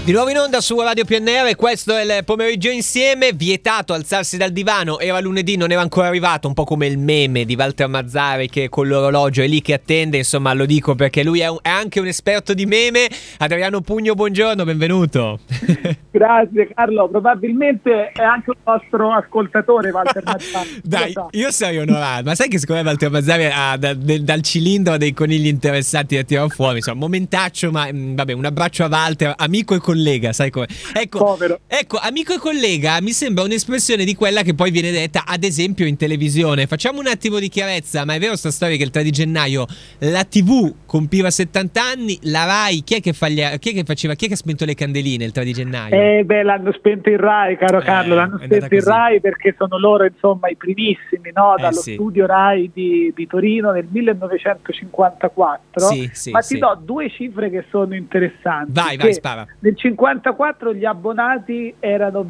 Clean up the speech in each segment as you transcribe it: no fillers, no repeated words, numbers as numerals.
Di nuovo in onda su Radio PNR, questo è il pomeriggio insieme. Vietato alzarsi dal divano, era lunedì, non era ancora arrivato, un po' come il meme di Walter Mazzari che con l'orologio è lì che attende, insomma lo dico perché lui è anche un esperto di meme. Adriano Pugno, buongiorno, benvenuto. Grazie Carlo, probabilmente è anche un nostro ascoltatore Walter Mazzari. Dai, io sarei onorato, ma sai che secondo me Walter Mazzari ha dal cilindro dei conigli interessati da tirare fuori, insomma, momentaccio, ma vabbè, un abbraccio a Walter, amico e collega, sai come? Ecco, amico e collega mi sembra un'espressione di quella che poi viene detta ad esempio in televisione. Facciamo un attimo di chiarezza, ma è vero sta storia che il 3 di gennaio la TV compiva 70 anni, la Rai, chi è che ha spento le candeline il 3 di gennaio? L'hanno spento il Rai, caro Carlo, l'hanno spento il Rai perché sono loro insomma i primissimi, no? Dallo studio Rai di Torino nel 1954. Ti do due cifre che sono interessanti. Vai, spara. Nel 54 gli abbonati erano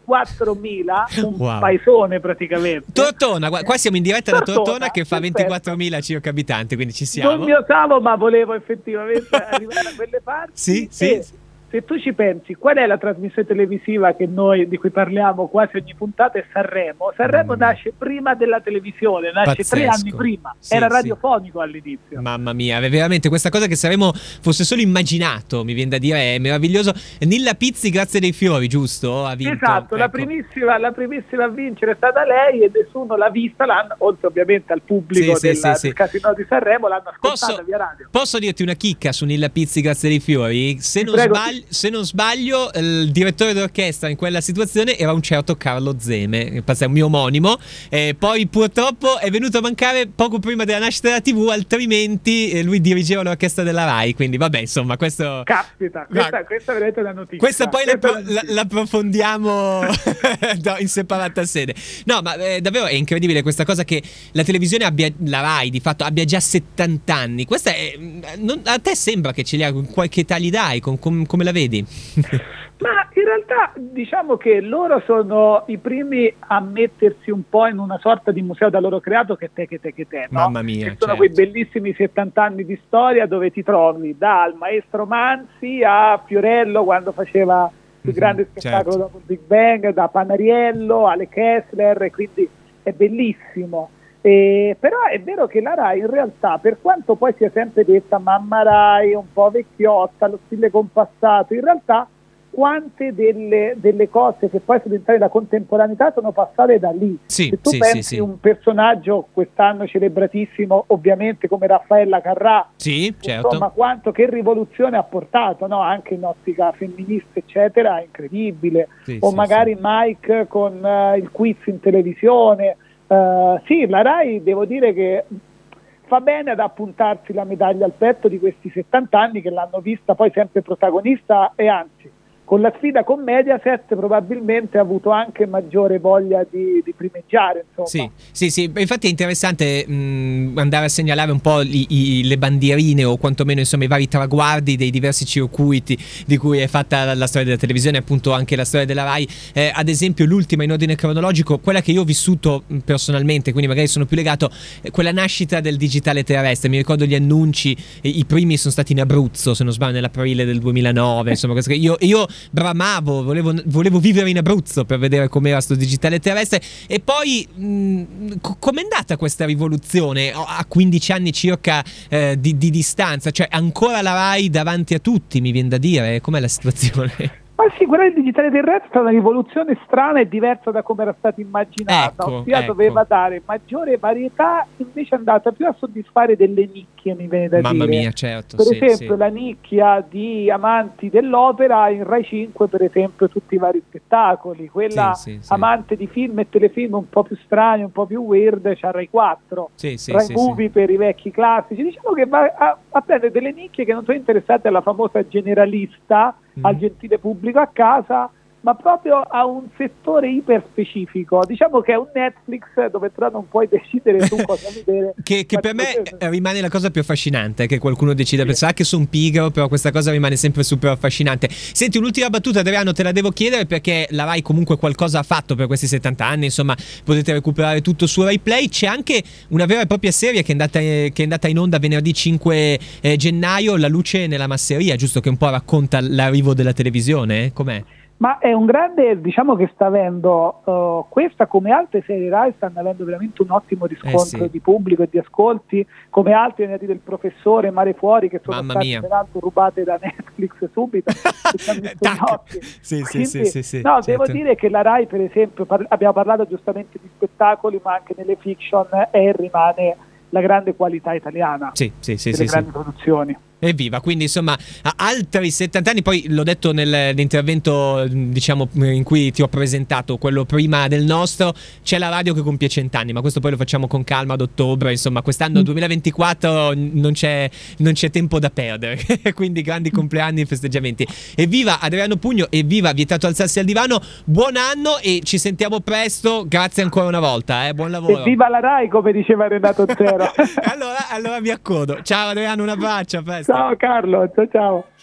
24.000, un paesone praticamente. Tortona, qua siamo in diretta da Tortona che fa 24.000 circa abitanti, quindi ci siamo. Non mi osavo, ma volevo effettivamente arrivare a quelle parti. Sì. Se tu ci pensi, qual è la trasmissione televisiva di cui parliamo quasi ogni puntata? È Sanremo. Sanremo nasce prima della televisione, nasce 3 anni prima. Era radiofonico all'inizio. Mamma mia, veramente questa cosa che Sanremo fosse solo immaginato, mi viene da dire, è meraviglioso. Nilla Pizzi, grazie dei fiori, giusto? Ha vinto. Esatto, ecco. la primissima a vincere è stata lei e nessuno l'ha vista, oltre ovviamente al pubblico del Casino di Sanremo, l'hanno ascoltata via radio. Posso dirti una chicca su Nilla Pizzi, grazie dei fiori? Se non sbaglio, il direttore d'orchestra in quella situazione era un certo Carlo Zeme, che è un mio omonimo. Poi purtroppo è venuto a mancare poco prima della nascita della TV, altrimenti lui dirigeva l'orchestra della Rai. Quindi vabbè, insomma, questo. Caspita, questa è veramente una notizia. Questa poi l'approfondiamo in separata sede. No, ma davvero è incredibile questa cosa che la televisione la Rai di fatto abbia già 70 anni. Questa a te sembra che ce li ha, qualche età gli dai, come la vedi? Ma in realtà diciamo che loro sono i primi a mettersi un po' in una sorta di museo da loro creato che te, no? Mamma mia, sono quei bellissimi 70 anni di storia dove ti trovi dal maestro Manzi a Fiorello quando faceva il grande spettacolo dopo il Big Bang, da Panariello alle Kessler, quindi è bellissimo. Però è vero che la Rai in realtà, per quanto poi sia sempre detta mamma Rai, un po' vecchiotta, lo stile compassato, in realtà quante delle cose che poi sono diventate la contemporaneità sono passate da lì. Se tu pensi un personaggio quest'anno celebratissimo ovviamente come Raffaella Carrà, insomma che rivoluzione ha portato, no? Anche in ottica femminista eccetera, incredibile. Magari Mike con il quiz in televisione. La Rai devo dire che fa bene ad appuntarsi la medaglia al petto di questi 70 anni che l'hanno vista poi sempre protagonista e anzi con la sfida con Mediaset probabilmente ha avuto anche maggiore voglia di primeggiare, insomma. Sì, infatti è interessante andare a segnalare un po' le bandierine o quantomeno insomma i vari traguardi dei diversi circuiti di cui è fatta la storia della televisione, appunto anche la storia della Rai. Ad esempio l'ultima in ordine cronologico, quella che io ho vissuto personalmente, quindi magari sono più legato, quella nascita del digitale terrestre. Mi ricordo gli annunci, i primi sono stati in Abruzzo, se non sbaglio nell'aprile del 2009, insomma io bramavo, volevo vivere in Abruzzo per vedere com'era sto digitale terrestre. E poi com'è andata questa rivoluzione a 15 anni circa di distanza? Cioè ancora la Rai davanti a tutti, mi viene da dire, com'è la situazione? Ma sì, quella del digitale terrestre è stata una rivoluzione strana e diversa da come era stata immaginata, ossia doveva dare maggiore varietà, invece è andata più a soddisfare delle nicchie, mi viene da dire. Mamma mia, certo. Per esempio la nicchia di amanti dell'opera in Rai 5, per esempio tutti i vari spettacoli, quella amante di film e telefilm un po' più strani, un po' più weird, c'ha Rai 4, Rai Movie per i vecchi classici. Diciamo che va a prendere delle nicchie che non sono interessate alla famosa generalista, al gentile pubblico a casa, ma proprio a un settore iper specifico. Diciamo che è un Netflix dove però non puoi decidere tu cosa vedere. che per me rimane la cosa più affascinante, che qualcuno decida per sa che sono pigro, però questa cosa rimane sempre super affascinante. Senti, un'ultima battuta, Adriano, te la devo chiedere, perché la Rai comunque qualcosa ha fatto per questi 70 anni, insomma potete recuperare tutto su Rai Play. C'è anche una vera e propria serie che è andata in onda venerdì 5 gennaio, La luce nella masseria, giusto, che un po' racconta l'arrivo della televisione, com'è? Ma è un grande, diciamo che sta avendo, questa come altre serie Rai stanno avendo veramente un ottimo riscontro di pubblico e di ascolti, come altri venerdì del professore, Mare Fuori, che sono state peraltro rubate da Netflix subito. Sì, no, certo. Devo dire che la Rai, per esempio, abbiamo parlato giustamente di spettacoli, ma anche nelle fiction è e rimane la grande qualità italiana delle grandi produzioni. Evviva, quindi insomma altri 70 anni. Poi l'ho detto nell'intervento, diciamo, in cui ti ho presentato, quello prima del nostro, c'è la radio che compie 100 anni, ma questo poi lo facciamo con calma ad ottobre, insomma quest'anno 2024 non c'è tempo da perdere. Quindi grandi compleanni e festeggiamenti. Evviva Adriano Pugno, evviva Vietato alzarsi al divano, buon anno e ci sentiamo presto, grazie ancora una volta, buon lavoro. Evviva la Rai, come diceva Renato Zero. allora mi accodo. Ciao Adriano, un abbraccio, a presto. Ciao Carlo, ciao.